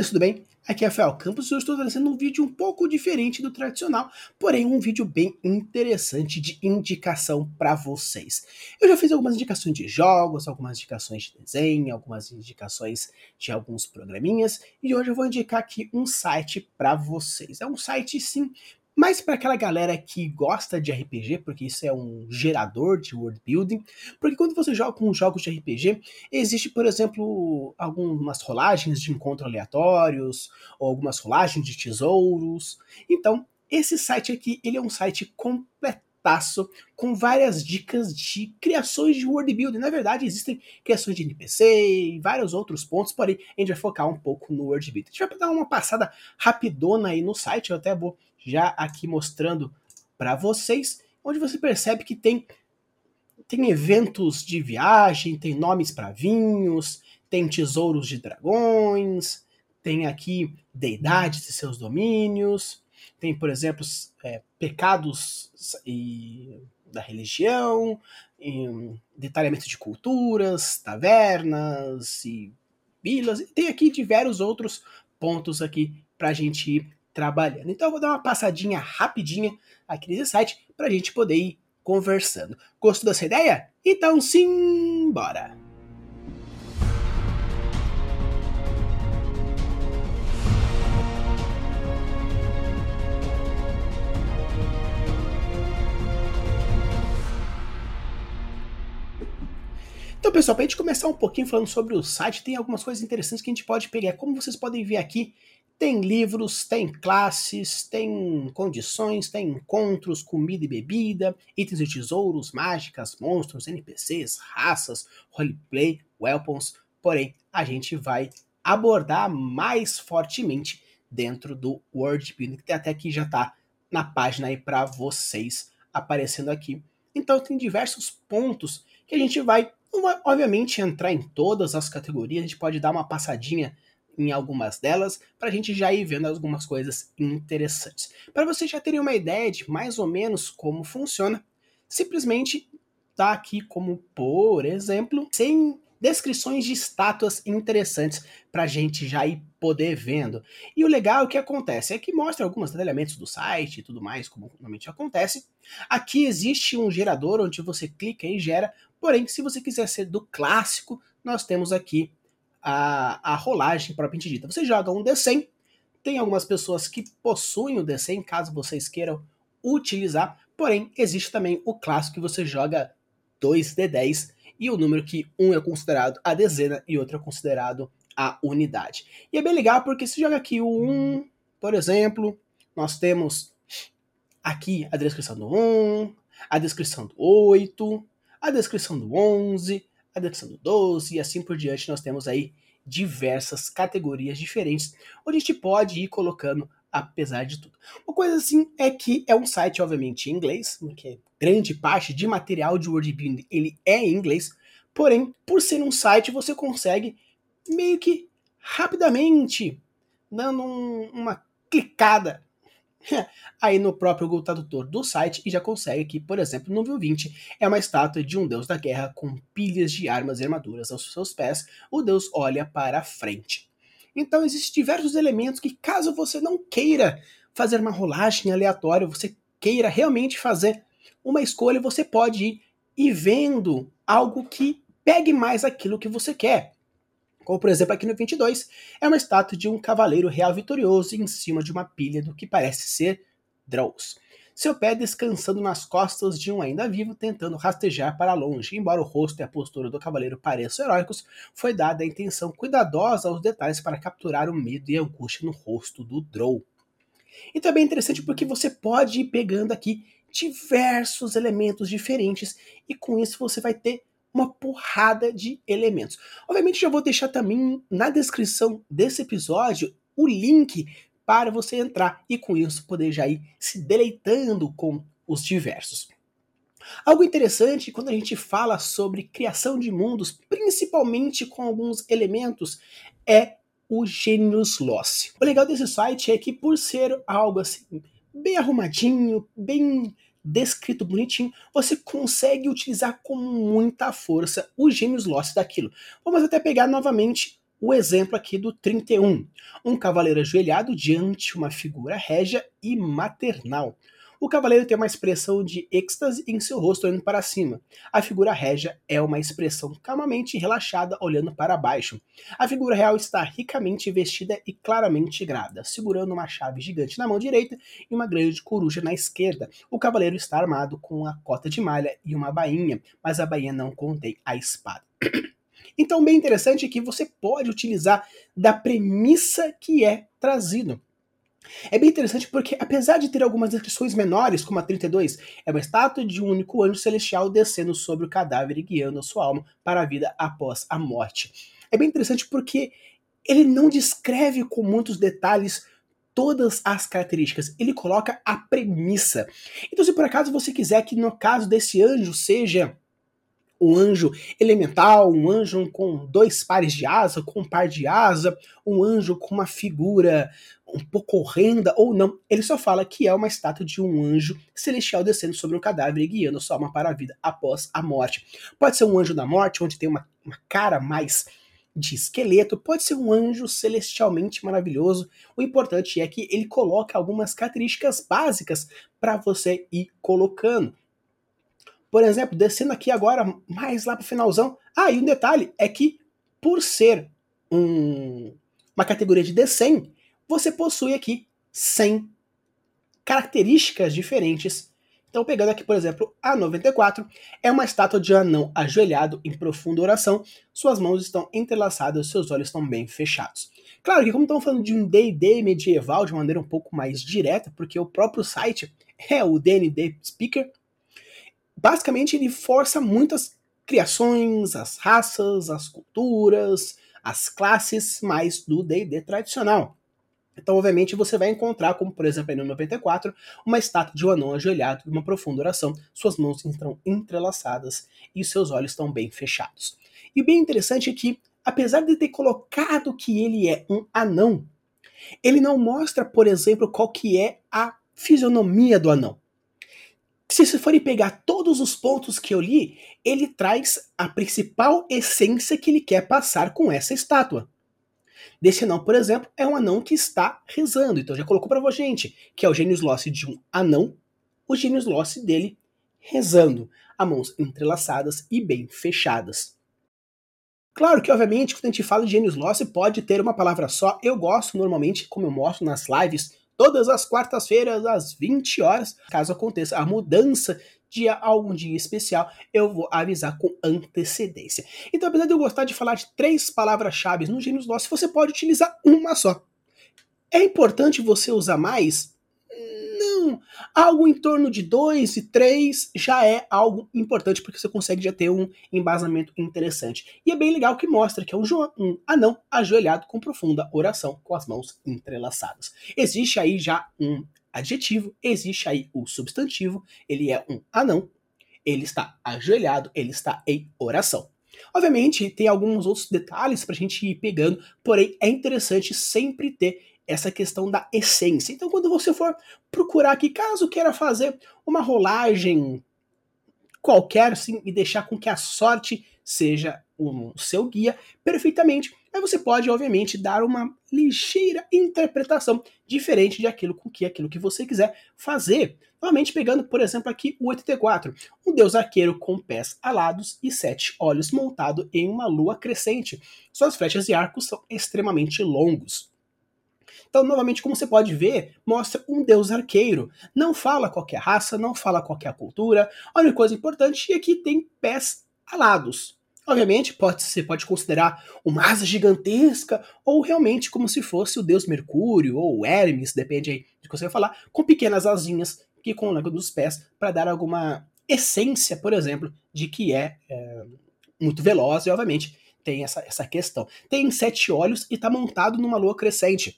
Beleza, tudo bem? Aqui é Rafael Campos e eu estou trazendo um vídeo um pouco diferente do tradicional, porém um vídeo bem interessante de indicação para vocês. Eu já fiz algumas indicações de jogos, algumas indicações de desenho, algumas indicações de alguns programinhas e hoje eu vou indicar aqui um site para vocês. É um site sim, mais para aquela galera que gosta de RPG, porque isso é um gerador de world building, porque quando você joga com jogos de RPG, existe, por exemplo, algumas rolagens de encontro aleatórios, ou algumas rolagens de tesouros. Então, esse site aqui, ele é um site completaço, com várias dicas de criações de world building. Na verdade, existem criações de NPC e vários outros pontos, porém, a gente vai focar um pouco no world building. A gente vai dar uma passada rapidona aí no site, eu até vou já aqui mostrando para vocês, onde você percebe que tem eventos de viagem, tem nomes para vinhos, tem tesouros de dragões, tem aqui deidades e seus domínios, tem, por exemplo, pecados da religião, detalhamento de culturas, tavernas e vilas, e tem aqui diversos outros pontos aqui para a gente ir trabalhando. Então eu vou dar uma passadinha rapidinha aqui nesse site para a gente poder ir conversando. Gostou dessa ideia? Então sim, bora! Então, pessoal, para a gente começar um pouquinho falando sobre o site, tem algumas coisas interessantes que a gente pode pegar. Como vocês podem ver aqui, tem livros, tem classes, tem condições, tem encontros, comida e bebida, itens e tesouros, mágicas, monstros, NPCs, raças, roleplay, weapons. Porém, a gente vai abordar mais fortemente dentro do World Building, que até aqui já está na página aí para vocês aparecendo aqui. Então, tem diversos pontos que a gente vai, não vai, obviamente, entrar em todas as categorias, a gente pode dar uma passadinha em algumas delas, para a gente já ir vendo algumas coisas interessantes. Para vocês já terem uma ideia de mais ou menos como funciona, simplesmente tá aqui como, por exemplo, sem descrições de estátuas interessantes para a gente já ir poder vendo. E o legal que acontece é que mostra alguns detalhamentos do site e tudo mais, como normalmente acontece. Aqui existe um gerador onde você clica e gera, porém, se você quiser ser do clássico, nós temos aqui a rolagem propriamente dita. Você joga um D100, tem algumas pessoas que possuem o D100, caso vocês queiram utilizar, porém, existe também o clássico que você joga 2D10, e o número que um é considerado a dezena e outro é considerado a unidade. E é bem legal porque se joga aqui o 1, por exemplo, nós temos aqui a descrição do 1, a descrição do 8, a descrição do 11, a descrição do 12 e assim por diante. Nós temos aí diversas categorias diferentes onde a gente pode ir colocando apesar de tudo. Uma coisa assim é que é um site obviamente em inglês, porque grande parte de material de world building ele é em inglês, porém por ser um site você consegue meio que rapidamente dando uma clicada aí no próprio Google Tradutor do site e já consegue que, por exemplo, no nível 20 é uma estátua de um deus da guerra com pilhas de armas e armaduras aos seus pés, o deus olha para frente. Então existem diversos elementos que, caso você não queira fazer uma rolagem aleatória, você queira realmente fazer uma escolha, você pode ir vendo algo que pegue mais aquilo que você quer. Como, por exemplo, aqui no 22, é uma estátua de um cavaleiro real vitorioso em cima de uma pilha do que parece ser Drows. Seu pé descansando nas costas de um ainda vivo, tentando rastejar para longe. Embora o rosto e a postura do cavaleiro pareçam heróicos, foi dada a intenção cuidadosa aos detalhes para capturar o medo e a angústia no rosto do Drow. Então é bem interessante porque você pode ir pegando aqui diversos elementos diferentes e com isso você vai ter uma porrada de elementos. Obviamente já vou deixar também na descrição desse episódio o link para você entrar e com isso poder já ir se deleitando com os diversos. Algo interessante quando a gente fala sobre criação de mundos, principalmente com alguns elementos, é o Genius Loci. O legal desse site é que por ser algo assim bem arrumadinho, bem descrito bonitinho, você consegue utilizar com muita força o Genius Loci daquilo. Vamos até pegar novamente o exemplo aqui do 31. Um cavaleiro ajoelhado diante uma figura régia e maternal. O cavaleiro tem uma expressão de êxtase em seu rosto olhando para cima. A figura régia é uma expressão calmamente relaxada olhando para baixo. A figura real está ricamente vestida e claramente grávida, segurando uma chave gigante na mão direita e uma grande coruja na esquerda. O cavaleiro está armado com uma cota de malha e uma bainha, mas a bainha não contém a espada. Então, bem interessante que você pode utilizar da premissa que é trazido. É bem interessante porque, apesar de ter algumas descrições menores, como a 32, é uma estátua de um único anjo celestial descendo sobre o cadáver e guiando a sua alma para a vida após a morte. É bem interessante porque ele não descreve com muitos detalhes todas as características, ele coloca a premissa. Então, se por acaso você quiser que no caso desse anjo seja um anjo elemental, um anjo com 2 pares de asa, com um par de asa, um anjo com uma figura um pouco horrenda ou não. Ele só fala que é uma estátua de um anjo celestial descendo sobre um cadáver e guiando sua alma para a vida após a morte. Pode ser um anjo da morte, onde tem uma cara mais de esqueleto, pode ser um anjo celestialmente maravilhoso. O importante é que ele coloca algumas características básicas para você ir colocando. Por exemplo, descendo aqui agora, mais lá pro finalzão. E um detalhe é que, por ser uma categoria de D100, você possui aqui 100 características diferentes. Então, pegando aqui, por exemplo, a 94, é uma estátua de anão ajoelhado em profunda oração, suas mãos estão entrelaçadas, seus olhos estão bem fechados. Claro que como estamos falando de um D&D medieval de maneira um pouco mais direta, porque o próprio site é o D&D Speaker, basicamente ele força muitas criações, as raças, as culturas, as classes mais do D&D tradicional. Então, obviamente, você vai encontrar, como por exemplo aí no 94, uma estátua de um anão ajoelhado em uma profunda oração, suas mãos estão entrelaçadas e seus olhos estão bem fechados. E o bem interessante é que, apesar de ter colocado que ele é um anão, ele não mostra, por exemplo, qual que é a fisionomia do anão. Se vocês forem pegar todos os pontos que eu li, ele traz a principal essência que ele quer passar com essa estátua. Desse anão, por exemplo, é um anão que está rezando. Então já colocou pra gente que é o Genius Loci de um anão, o Genius Loci dele rezando, a mãos entrelaçadas e bem fechadas. Claro que, obviamente, quando a gente fala de Genius Loci, pode ter uma palavra só. Eu gosto, normalmente, como eu mostro nas lives, todas as quartas-feiras, às 20 horas, caso aconteça a mudança de algum dia especial, eu vou avisar com antecedência. Então, apesar de eu gostar de falar de 3 palavras-chave no Genius Loci, você pode utilizar uma só. É importante você usar mais? Não. Algo em torno de 2 e 3 já é algo importante, porque você consegue já ter um embasamento interessante. E é bem legal que mostra que é um anão ajoelhado com profunda oração, com as mãos entrelaçadas. Existe aí já um adjetivo, existe aí o substantivo, ele é um anão, ele está ajoelhado, ele está em oração. Obviamente, tem alguns outros detalhes para a gente ir pegando, porém é interessante sempre ter essa questão da essência. Então, quando você for procurar aqui, caso queira fazer uma rolagem qualquer, sim, e deixar com que a sorte seja o seu guia perfeitamente, aí você pode, obviamente, dar uma ligeira interpretação diferente de aquilo que você quiser fazer. Novamente pegando, por exemplo, aqui o 84, um deus arqueiro com pés alados e 7 olhos montado em uma lua crescente. Suas flechas e arcos são extremamente longos. Então, novamente, como você pode ver, mostra um deus arqueiro. Não fala qual é a raça, não fala qual é a cultura. A única coisa importante é que tem pés alados. Obviamente, você pode considerar uma asa gigantesca, ou realmente como se fosse o deus Mercúrio, ou Hermes, depende aí de que você vai falar, com pequenas asinhas que com o lado dos pés, para dar alguma essência, por exemplo, de que é muito veloz, e obviamente tem essa questão. Tem 7 olhos e está montado numa lua crescente.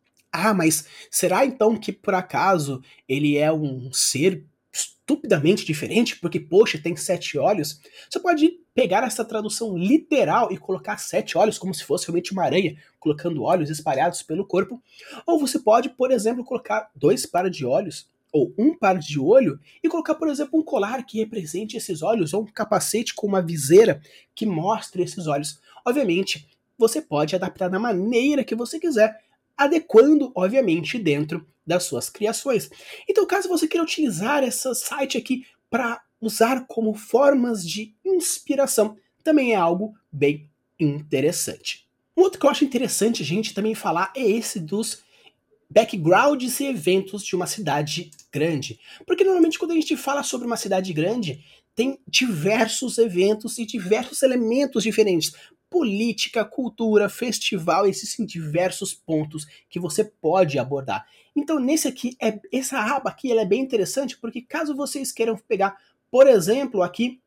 Mas será então que por acaso ele é um ser estupidamente diferente? Porque, poxa, tem 7 olhos? Você pode pegar essa tradução literal e colocar 7 olhos como se fosse realmente uma aranha, colocando olhos espalhados pelo corpo. Ou você pode, por exemplo, colocar 2 pares de olhos, ou um par de olho, e colocar, por exemplo, um colar que represente esses olhos, ou um capacete com uma viseira que mostre esses olhos. Obviamente, você pode adaptar da maneira que você quiser, adequando, obviamente, dentro das suas criações. Então, caso você queira utilizar esse site aqui para usar como formas de inspiração, também é algo bem interessante. Um outro que eu acho interessante a gente também falar é esse dos backgrounds e eventos de uma cidade grande. Porque normalmente quando a gente fala sobre uma cidade grande, tem diversos eventos e diversos elementos diferentes. Política, cultura, festival, existem diversos pontos que você pode abordar. Então, essa aba aqui ela é bem interessante porque caso vocês queiram pegar, por exemplo, aqui,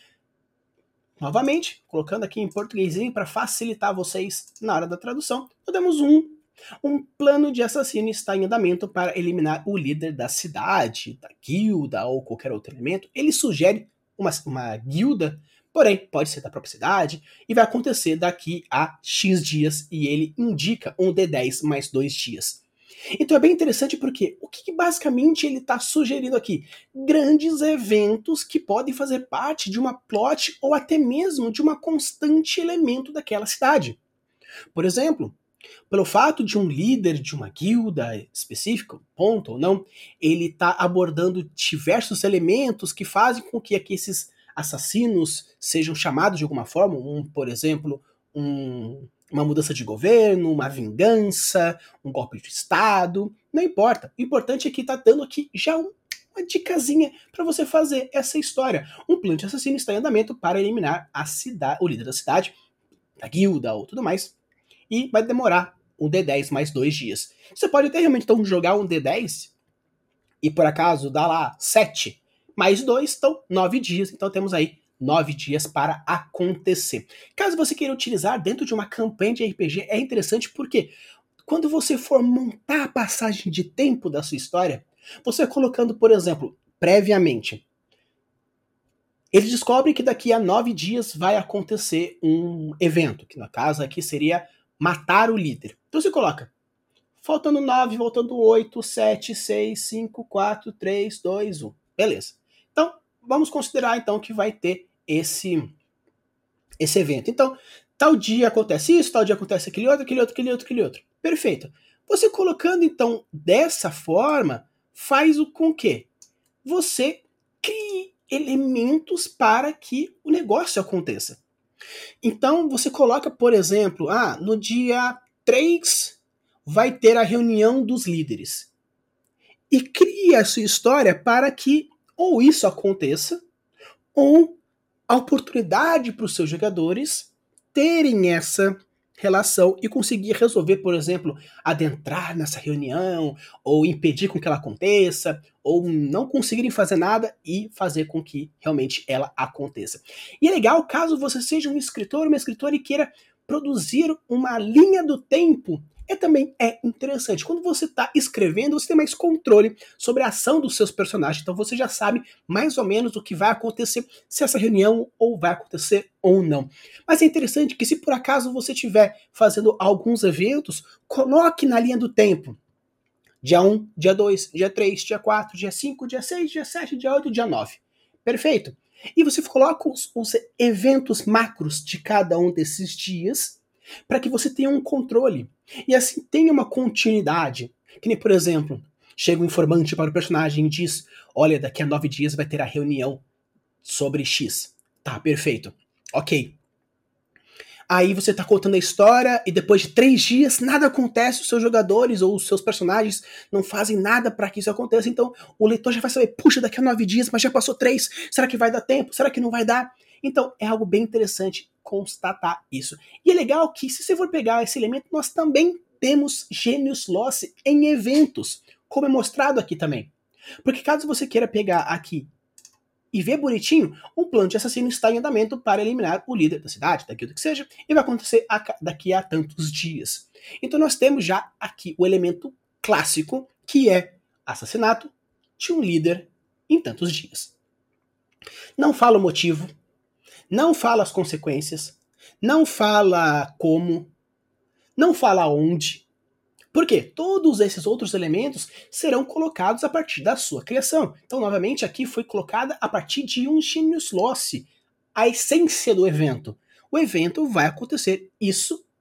novamente, colocando aqui em portuguesinho para facilitar vocês na hora da tradução, nós temos um plano de assassino está em andamento para eliminar o líder da cidade, da guilda ou qualquer outro elemento. Ele sugere uma guilda, porém pode ser da própria cidade, e vai acontecer daqui a X dias, e ele indica um D10 mais 2 dias. Então é bem interessante porque o que basicamente ele está sugerindo aqui? Grandes eventos que podem fazer parte de uma plot ou até mesmo de uma constante elemento daquela cidade. Por exemplo, pelo fato de um líder de uma guilda específica, ponto ou não, ele está abordando diversos elementos que fazem com que aqui esses assassinos sejam chamados de alguma forma, por exemplo, uma mudança de governo, uma vingança, um golpe de estado, não importa. O importante é que está dando aqui já uma dicasinha para você fazer essa história. Um plano de assassino está em andamento para eliminar o líder da cidade, da guilda ou tudo mais, e vai demorar um D10 mais 2 dias. Você pode até realmente então jogar um D10 e por acaso dá lá 7 mais 2, então 9 dias. Então temos aí 9 dias para acontecer. Caso você queira utilizar dentro de uma campanha de RPG, é interessante porque quando você for montar a passagem de tempo da sua história, você colocando, por exemplo, previamente, ele descobre que daqui a 9 dias vai acontecer um evento, que no caso aqui seria matar o líder. Então você coloca, faltando 9, faltando 8, 7, 6, 5, 4, 3, 2, 1. Beleza. Então, vamos considerar então que vai ter esse evento. Então, tal dia acontece isso, tal dia acontece aquele outro, aquele outro, aquele outro, aquele outro. Perfeito. Você colocando então dessa forma, faz o com que você crie elementos para que o negócio aconteça. Então, você coloca, por exemplo, no dia 3 vai ter a reunião dos líderes. E cria a sua história para que ou isso aconteça, ou a oportunidade para os seus jogadores terem essa relação e conseguir resolver, por exemplo, adentrar nessa reunião, ou impedir com que ela aconteça, ou não conseguirem fazer nada e fazer com que realmente ela aconteça. E é legal caso você seja um escritor, uma escritora e queira produzir uma linha do tempo. Também é interessante. Quando você está escrevendo, você tem mais controle sobre a ação dos seus personagens. Então você já sabe mais ou menos o que vai acontecer, se essa reunião ou vai acontecer ou não. Mas é interessante que se por acaso você estiver fazendo alguns eventos, coloque na linha do tempo. Dia 1, dia 2, dia 3, dia 4, dia 5, dia 6, dia 7, dia 8, dia 9. Perfeito? E você coloca os eventos macros de cada um desses dias para que você tenha um controle. E assim tenha uma continuidade. Que nem, por exemplo, chega um informante para o personagem e diz: olha, daqui a 9 dias vai ter a reunião sobre X. Tá, perfeito. Ok. Aí você tá contando a história e depois de 3 dias nada acontece, os seus jogadores ou os seus personagens não fazem nada para que isso aconteça, então o leitor já vai saber, puxa, daqui a 9 dias, mas já passou 3, será que vai dar tempo? Será que não vai dar? Então é algo bem interessante constatar isso. E é legal que se você for pegar esse elemento, nós também temos Genius Loss em eventos, como é mostrado aqui também. Porque caso você queira pegar aqui e ver bonitinho, um plano de assassino está em andamento para eliminar o líder da cidade, da guilda que seja, e vai acontecer daqui a tantos dias. Então nós temos já aqui o elemento clássico, que é assassinato de um líder em tantos dias. Não fala o motivo, não fala as consequências, não fala como, não fala onde. Por quê? Todos esses outros elementos serão colocados a partir da sua criação. Então, novamente, aqui foi colocada a partir de um Genius Loss, a essência do evento. O evento vai acontecer isso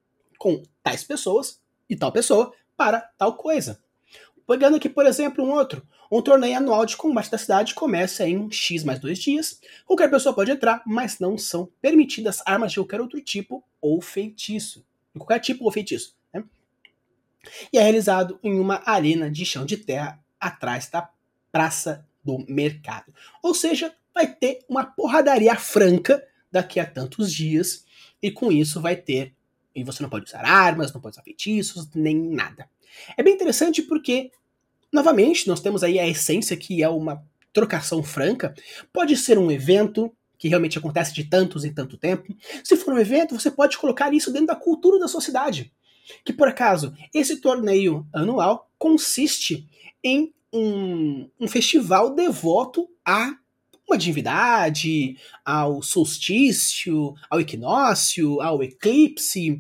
com tais pessoas e tal pessoa para tal coisa. Pegando aqui, por exemplo, um torneio anual de combate da cidade começa em X mais 2 dias. Qualquer pessoa pode entrar, mas não são permitidas armas de qualquer outro tipo ou feitiço. De qualquer tipo ou feitiço. Né? E é realizado em uma arena de chão de terra atrás da Praça do Mercado. Ou seja, vai ter uma porradaria franca daqui a tantos dias, e com isso vai ter. E você não pode usar armas, não pode usar feitiços, nem nada. É bem interessante porque, novamente, nós temos aí a essência que é uma trocação franca. Pode ser um evento que realmente acontece de tantos em tanto tempo. Se for um evento, você pode colocar isso dentro da cultura da sua cidade. Que, por acaso, esse torneio anual consiste em um festival devoto a uma divindade, ao solstício, ao equinócio, ao eclipse,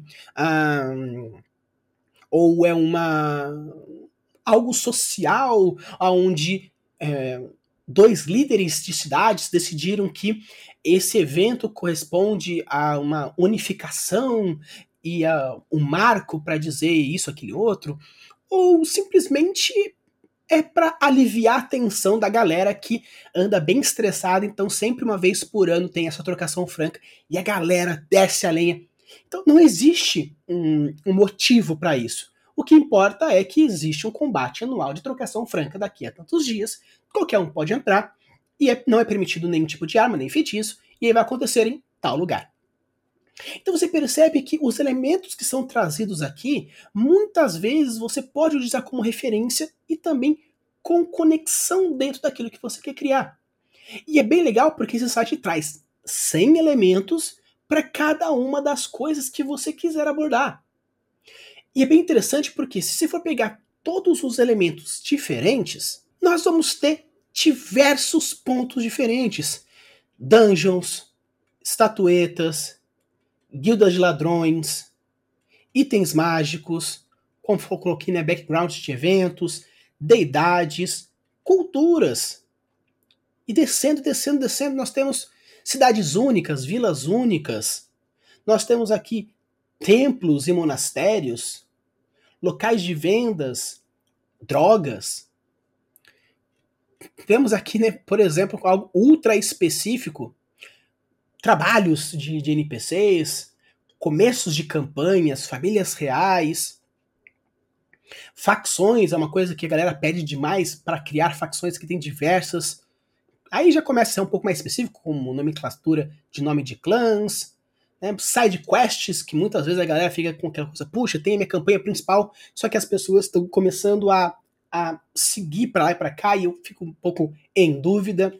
ou é algo social, onde dois líderes de cidades decidiram que esse evento corresponde a uma unificação e a um marco para dizer isso, aquele outro, ou simplesmente é para aliviar a tensão da galera que anda bem estressada, então sempre uma vez por ano tem essa trocação franca e a galera desce a lenha. Então não existe um motivo para isso. O que importa é que existe um combate anual de trocação franca daqui a tantos dias, qualquer um pode entrar, e não é permitido nenhum tipo de arma, nem feitiço, e aí vai acontecer em tal lugar. Então você percebe que os elementos que são trazidos aqui, muitas vezes você pode utilizar como referência e também com conexão dentro daquilo que você quer criar. E é bem legal porque esse site traz 100 elementos para cada uma das coisas que você quiser abordar. E é bem interessante porque se você for pegar todos os elementos diferentes, nós vamos ter diversos pontos diferentes. Dungeons, estatuetas, guildas de ladrões, itens mágicos, como eu coloquei, né, backgrounds de eventos, deidades, culturas. E descendo, descendo, descendo, nós temos cidades únicas, vilas únicas. Nós temos aqui templos e monastérios, locais de vendas, drogas. Temos aqui, né, por exemplo, algo ultra específico, trabalhos de NPCs, começos de campanhas, famílias reais, facções é uma coisa que a galera pede demais para criar facções que tem diversas. Aí já começa a ser um pouco mais específico, como nomenclatura de nome de clãs, né? Side quests, que muitas vezes a galera fica com aquela coisa, puxa, tem a minha campanha principal, só que as pessoas estão começando a seguir para lá e para cá e eu fico um pouco em dúvida.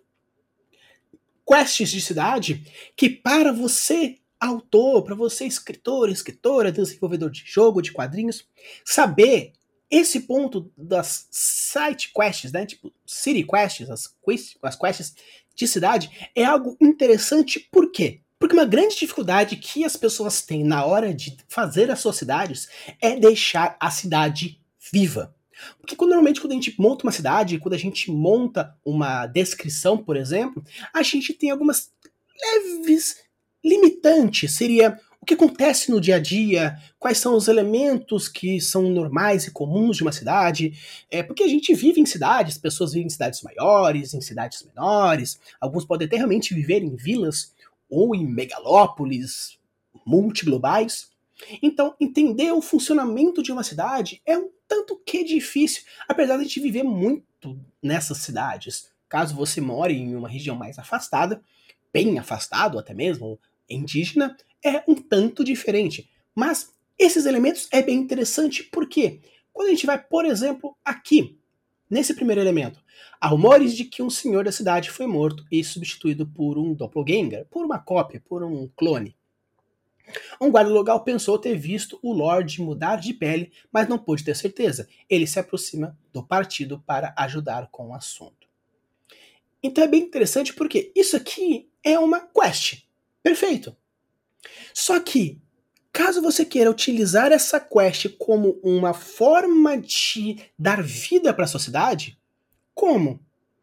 Quests de cidade que para você autor, para você escritor, escritora, desenvolvedor de jogo, de quadrinhos, saber esse ponto das side quests, né, tipo city quests, as quests de cidade, é algo interessante. Por quê? Porque uma grande dificuldade que as pessoas têm na hora de fazer as suas cidades é deixar a cidade viva. Porque normalmente quando a gente monta uma cidade, quando a gente monta uma descrição, por exemplo, a gente tem algumas leves limitantes. Seria o que acontece no dia a dia, quais são os elementos que são normais e comuns de uma cidade. Porque a gente vive em cidades, pessoas vivem em cidades maiores, em cidades menores, alguns podem até realmente viver em vilas ou em megalópolis multiglobais. Então, entender o funcionamento de uma cidade é um tanto que difícil, apesar de a gente viver muito nessas cidades. Caso você more em uma região mais afastada, bem afastado até mesmo, indígena, é um tanto diferente. Mas esses elementos é bem interessante porque quando a gente vai, por exemplo, aqui, nesse primeiro elemento, há rumores de que um senhor da cidade foi morto e substituído por um doppelganger, por uma cópia, por um clone. Um guarda local pensou ter visto o Lorde mudar de pele, mas não pôde ter certeza. Ele se aproxima do partido para ajudar com o assunto. Então é bem interessante porque isso aqui é uma quest. Perfeito. Só que, caso você queira utilizar essa quest como uma forma de dar vida para a sociedade, como?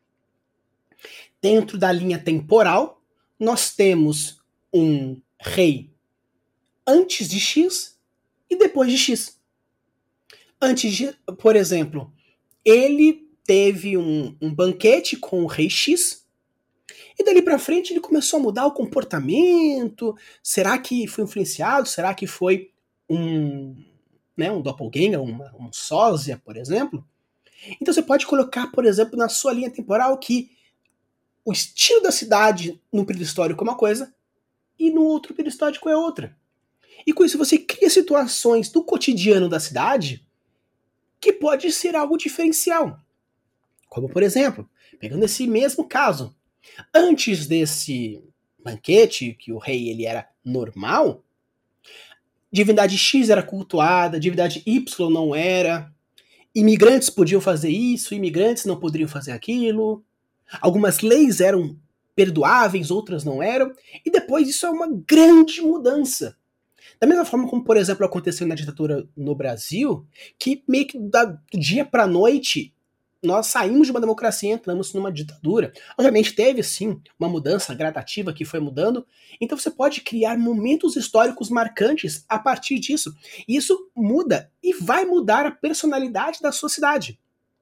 Dentro da linha temporal, nós temos um rei antes de X e depois de X. Antes de, por exemplo, ele teve um banquete com o rei X, e dali pra frente ele começou a mudar o comportamento. Será que foi influenciado? Será que foi um, um doppelganger, um sósia, por exemplo? Então você pode colocar, por exemplo, na sua linha temporal que o estilo da cidade no período histórico é uma coisa e no outro período histórico é outra. E com isso você cria situações do cotidiano da cidade que pode ser algo diferencial. Como, por exemplo, pegando esse mesmo caso, antes desse banquete, que o rei ele era normal, divindade X era cultuada, divindade Y não era, imigrantes podiam fazer isso, imigrantes não poderiam fazer aquilo, algumas leis eram perdoáveis, outras não eram, e depois isso é uma grande mudança. Da mesma forma como, por exemplo, aconteceu na ditadura no Brasil, que meio que do dia para noite nós saímos de uma democracia e entramos numa ditadura. Obviamente teve, sim, uma mudança gradativa que foi mudando. Então você pode criar momentos históricos marcantes a partir disso. E isso muda e vai mudar a personalidade da sua cidade.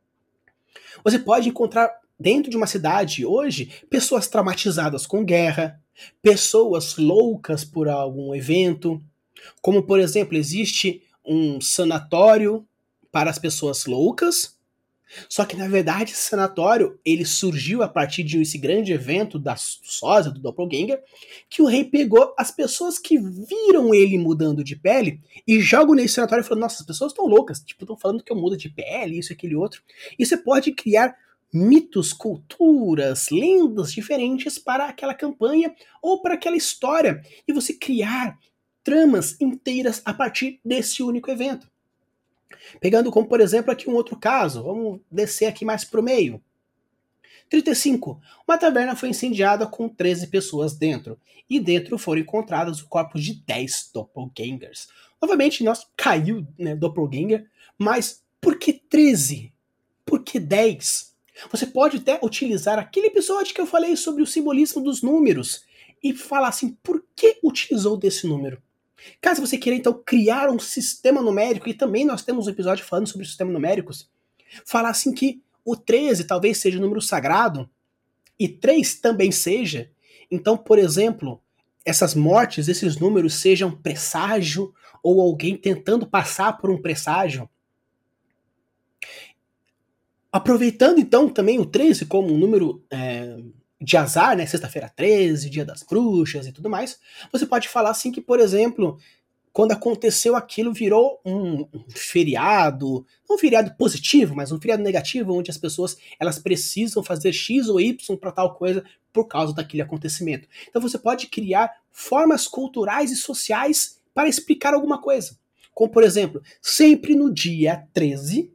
Você pode encontrar dentro de uma cidade hoje pessoas traumatizadas com guerra, pessoas loucas por algum evento, como, por exemplo, existe um sanatório para as pessoas loucas, só que, na verdade, esse sanatório ele surgiu a partir de esse grande evento da sósia, do doppelganger, que o rei pegou as pessoas que viram ele mudando de pele e jogam nesse sanatório falando, nossa, as pessoas estão loucas, tipo, estão falando que eu mudo de pele, isso e aquele outro. E você pode criar mitos, culturas, lendas diferentes para aquela campanha ou para aquela história. E você criar tramas inteiras a partir desse único evento. Pegando como, por exemplo, aqui um outro caso, vamos descer aqui mais pro meio. 35. Uma taverna foi incendiada com 13 pessoas dentro, e dentro foram encontrados o corpo de 10 doppelgangers. Novamente, nós caiu, né, doppelganger, mas por que 13? Por que 10? Você pode até utilizar aquele episódio que eu falei sobre o simbolismo dos números e falar assim, por que utilizou desse número? Caso você queira, então, criar um sistema numérico, e também nós temos um episódio falando sobre sistemas numéricos, falar assim que o 13 talvez seja o número sagrado, e 3 também seja. Então, por exemplo, essas mortes, esses números sejam presságio, ou alguém tentando passar por um presságio. Aproveitando, então, também o 13 como um número de azar, né? Sexta-feira 13, dia das bruxas e tudo mais, você pode falar assim que, por exemplo, quando aconteceu aquilo, virou um feriado, não um feriado positivo, mas um feriado negativo, onde as pessoas elas precisam fazer X ou Y para tal coisa por causa daquele acontecimento. Então você pode criar formas culturais e sociais para explicar alguma coisa. Como, por exemplo, sempre no dia 13,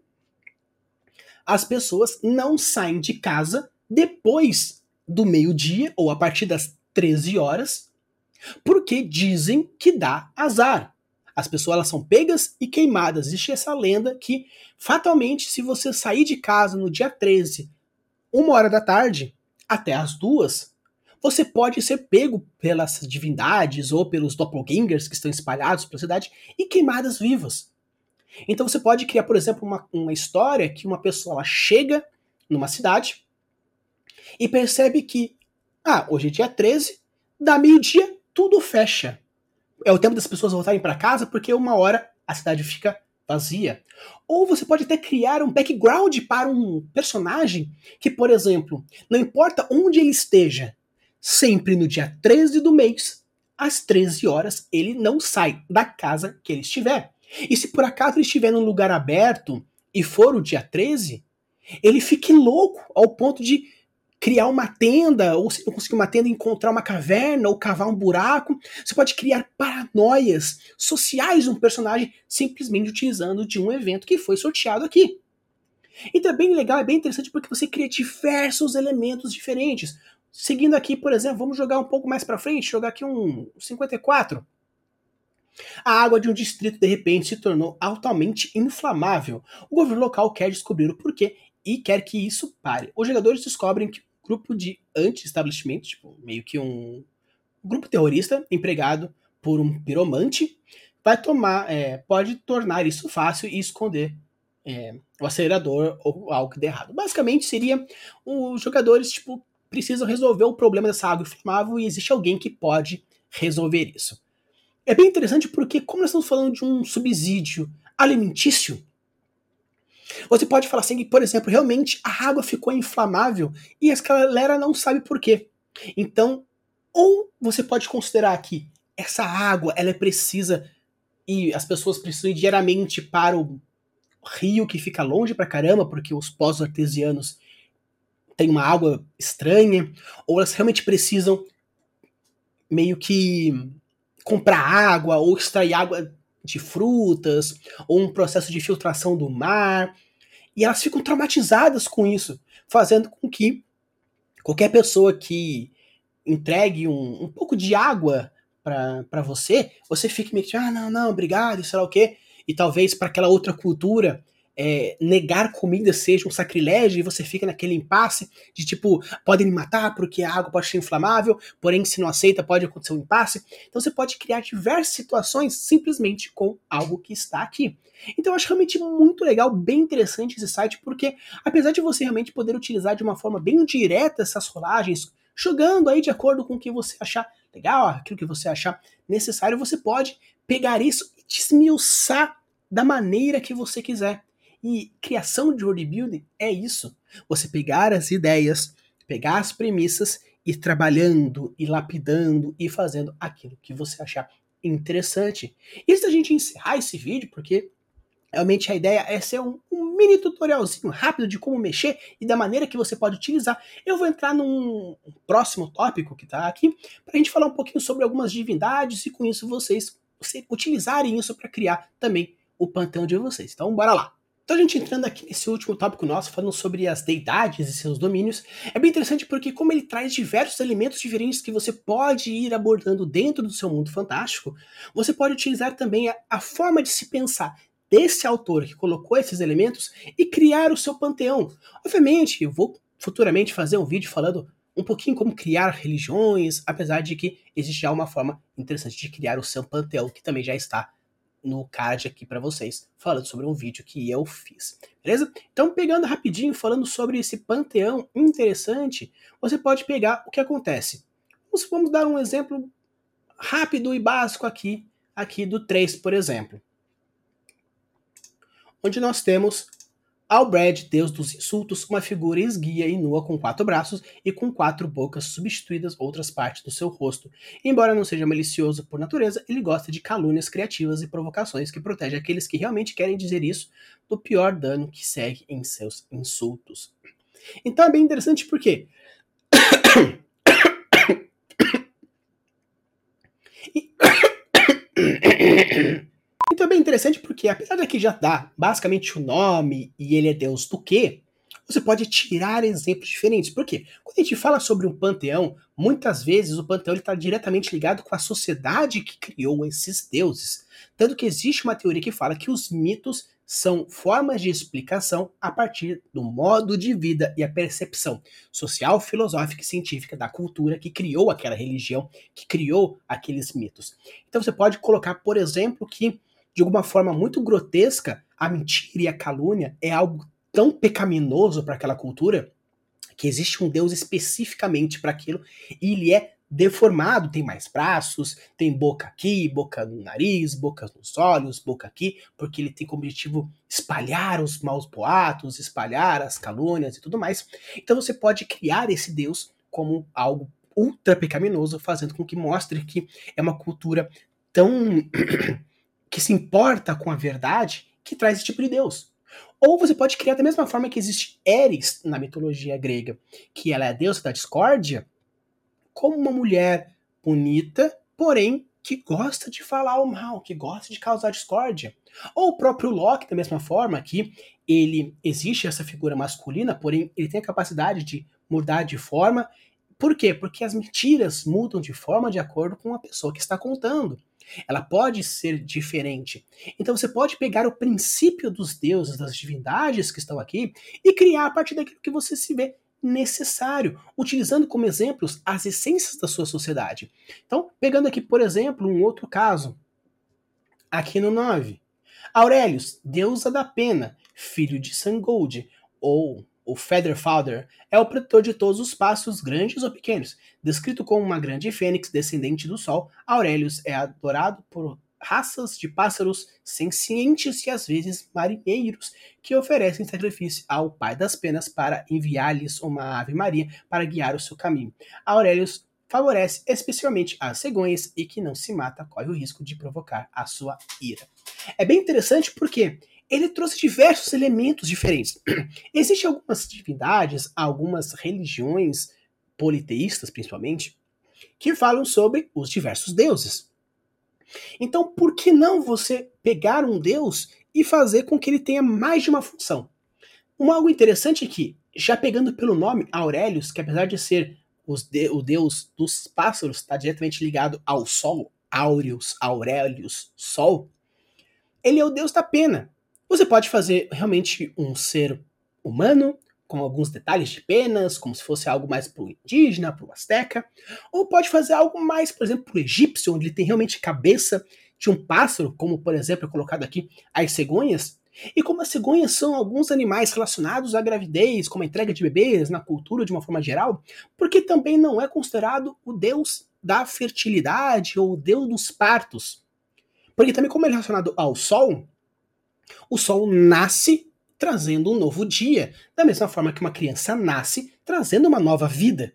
as pessoas não saem de casa depois do meio-dia ou a partir das 13 horas, porque dizem que dá azar. As pessoas elas são pegas e queimadas. Existe essa lenda que, fatalmente, se você sair de casa no dia 13, 1 hora da tarde, até as 2, você pode ser pego pelas divindades ou pelos doppelgangers que estão espalhados pela cidade e queimadas vivas. Então você pode criar, por exemplo, uma história que uma pessoa ela chega numa cidade e percebe que, hoje é dia 13, dá meio-dia, tudo fecha. É o tempo das pessoas voltarem para casa, porque 1 hora a cidade fica vazia. Ou você pode até criar um background para um personagem que, por exemplo, não importa onde ele esteja, sempre no dia 13 do mês, às 13 horas, ele não sai da casa que ele estiver. E se por acaso ele estiver num lugar aberto e for o dia 13, ele fique louco ao ponto de criar uma tenda, ou se não conseguir uma tenda, encontrar uma caverna ou cavar um buraco. Você pode criar paranoias sociais de um personagem simplesmente utilizando de um evento que foi sorteado aqui. Então é bem legal, é bem interessante porque você cria diversos elementos diferentes. Seguindo aqui, por exemplo, vamos jogar um pouco mais para frente, jogar aqui um 54. A água de um distrito de repente se tornou altamente inflamável. O governo local quer descobrir o porquê e quer que isso pare. Os jogadores descobrem que um grupo de anti-establishment, tipo, meio que um grupo terrorista empregado por um piromante, pode tornar isso fácil e esconder o acelerador ou algo que dê errado. Basicamente seria os jogadores precisam resolver o problema dessa água inflamável e existe alguém que pode resolver isso. É bem interessante porque, como nós estamos falando de um subsídio alimentício, você pode falar assim que, por exemplo, realmente a água ficou inflamável e a galera não sabe por quê. Então, ou você pode considerar que essa água ela é precisa e as pessoas precisam ir diariamente para o rio que fica longe pra caramba, porque os poços artesianos têm uma água estranha, ou elas realmente precisam meio que comprar água ou extrair água de frutas, ou um processo de filtração do mar, e elas ficam traumatizadas com isso, fazendo com que qualquer pessoa que entregue um pouco de água para você fique meio que, não, obrigado, sei lá o quê, e talvez para aquela outra cultura negar comida seja um sacrilégio e você fica naquele impasse de podem me matar porque a água pode ser inflamável, porém se não aceita pode acontecer um impasse. Então você pode criar diversas situações simplesmente com algo que está aqui. Então eu acho realmente muito legal, bem interessante esse site, porque apesar de você realmente poder utilizar de uma forma bem direta essas rolagens, jogando aí de acordo com o que você achar legal, aquilo que você achar necessário, você pode pegar isso e desmiuçar da maneira que você quiser. E criação de world building é isso. Você pegar as ideias, pegar as premissas e ir trabalhando, e lapidando e fazendo aquilo que você achar interessante. E antes da gente encerrar esse vídeo, porque realmente a ideia é ser um mini tutorialzinho rápido de como mexer e da maneira que você pode utilizar, eu vou entrar num próximo tópico que está aqui, para a gente falar um pouquinho sobre algumas divindades e com isso vocês utilizarem isso para criar também o panteão de vocês. Então bora lá. Então a gente entrando aqui nesse último tópico nosso, falando sobre as deidades e seus domínios, é bem interessante porque como ele traz diversos elementos diferentes que você pode ir abordando dentro do seu mundo fantástico, você pode utilizar também a forma de se pensar desse autor que colocou esses elementos e criar o seu panteão. Obviamente, eu vou futuramente fazer um vídeo falando um pouquinho como criar religiões, apesar de que existe já uma forma interessante de criar o seu panteão, que também já está no card aqui para vocês, falando sobre um vídeo que eu fiz, beleza? Então, pegando rapidinho, falando sobre esse panteão interessante, você pode pegar o que acontece. Vamos dar um exemplo rápido e básico aqui do 3, por exemplo, onde nós temos Albred, deus dos insultos, uma figura esguia e nua com 4 braços e com 4 bocas substituídas outras partes do seu rosto. Embora não seja malicioso por natureza, ele gosta de calúnias criativas e provocações que protege aqueles que realmente querem dizer isso do pior dano que segue em seus insultos. Então é bem interessante porque Então é bem interessante porque, apesar de aqui já dar basicamente o nome e ele é deus do quê, você pode tirar exemplos diferentes. Por quê? Quando a gente fala sobre um panteão, muitas vezes o panteão está diretamente ligado com a sociedade que criou esses deuses. Tanto que existe uma teoria que fala que os mitos são formas de explicação a partir do modo de vida e a percepção social, filosófica e científica da cultura que criou aquela religião, que criou aqueles mitos. Então você pode colocar, por exemplo, que de alguma forma muito grotesca, a mentira e a calúnia é algo tão pecaminoso para aquela cultura que existe um Deus especificamente para aquilo e ele é deformado, tem mais braços, tem boca aqui, boca no nariz, boca nos olhos, boca aqui, porque ele tem como objetivo espalhar os maus boatos, espalhar as calúnias e tudo mais. Então você pode criar esse Deus como algo ultra pecaminoso, fazendo com que mostre que é uma cultura tão que se importa com a verdade que traz esse tipo de Deus. Ou você pode criar da mesma forma que existe Eris na mitologia grega, que ela é a deusa da discórdia, como uma mulher bonita, porém que gosta de falar o mal, que gosta de causar discórdia. Ou o próprio Loki, da mesma forma, que ele existe essa figura masculina, porém ele tem a capacidade de mudar de forma. Por quê? Porque as mentiras mudam de forma de acordo com a pessoa que está contando. Ela pode ser diferente. Então você pode pegar o princípio dos deuses, das divindades que estão aqui e criar a partir daquilo que você se vê necessário, utilizando como exemplos as essências da sua sociedade. Então, pegando aqui, por exemplo, um outro caso, aqui no 9. Aurelius, deusa da pena, filho de Sangold, ou o Feather Father, é o protetor de todos os pássaros, grandes ou pequenos. Descrito como uma grande fênix descendente do sol, Aurelius é adorado por raças de pássaros sencientes e às vezes marinheiros, que oferecem sacrifício ao Pai das Penas para enviar-lhes uma Ave Maria para guiar o seu caminho. Aurelius favorece especialmente as cegonhas e que não se mata corre o risco de provocar a sua ira. É bem interessante porque ele trouxe diversos elementos diferentes. Existem algumas divindades, algumas religiões politeístas, principalmente, que falam sobre os diversos deuses. Então, por que não você pegar um deus e fazer com que ele tenha mais de uma função? Algo interessante é que, já pegando pelo nome Aurelius, que apesar de ser o deus dos pássaros, está diretamente ligado ao sol, Aureus, Aurelius, sol, ele é o deus da pena. Você pode fazer realmente um ser humano, com alguns detalhes de penas, como se fosse algo mais pro indígena, pro asteca, ou pode fazer algo mais, por exemplo, pro egípcio, onde ele tem realmente cabeça de um pássaro, como por exemplo é colocado aqui as cegonhas. E como as cegonhas são alguns animais relacionados à gravidez, como a entrega de bebês na cultura de uma forma geral, porque também não é considerado o deus da fertilidade ou o deus dos partos. Porque também como ele é relacionado ao sol, o sol nasce trazendo um novo dia, da mesma forma que uma criança nasce trazendo uma nova vida.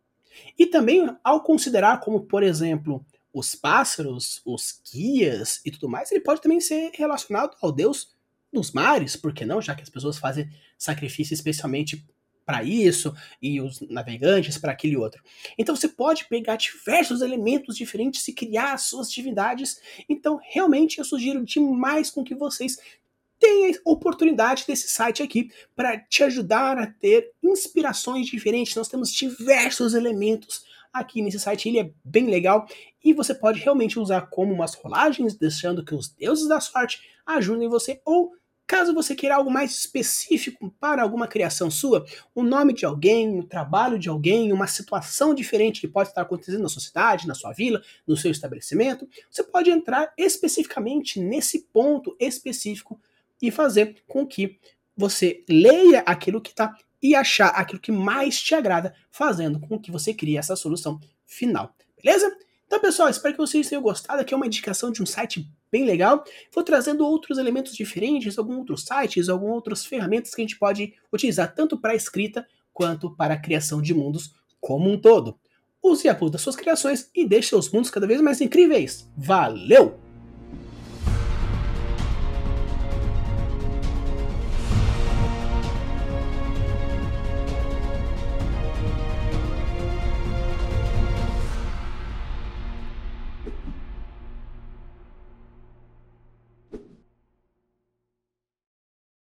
E também, ao considerar como, por exemplo, os pássaros, os guias e tudo mais, ele pode também ser relacionado ao deus dos mares, por que não? Já que as pessoas fazem sacrifício especialmente para isso, e os navegantes para aquele outro. Então você pode pegar diversos elementos diferentes e criar as suas divindades. Então, realmente, eu sugiro demais com que vocês tem a oportunidade desse site aqui para te ajudar a ter inspirações diferentes. Nós temos diversos elementos aqui nesse site, ele é bem legal e você pode realmente usar como umas rolagens, deixando que os deuses da sorte ajudem você, ou caso você queira algo mais específico para alguma criação sua, o nome de alguém, o trabalho de alguém, uma situação diferente que pode estar acontecendo na sua cidade, na sua vila, no seu estabelecimento, você pode entrar especificamente nesse ponto específico e fazer com que você leia aquilo que está e achar aquilo que mais te agrada, fazendo com que você crie essa solução final. Beleza? Então, pessoal, espero que vocês tenham gostado. Aqui é uma indicação de um site bem legal. Vou trazendo outros elementos diferentes, alguns outros sites, algumas outras ferramentas que a gente pode utilizar tanto para a escrita quanto para a criação de mundos como um todo. Use e apoie das suas criações e deixe seus mundos cada vez mais incríveis. Valeu!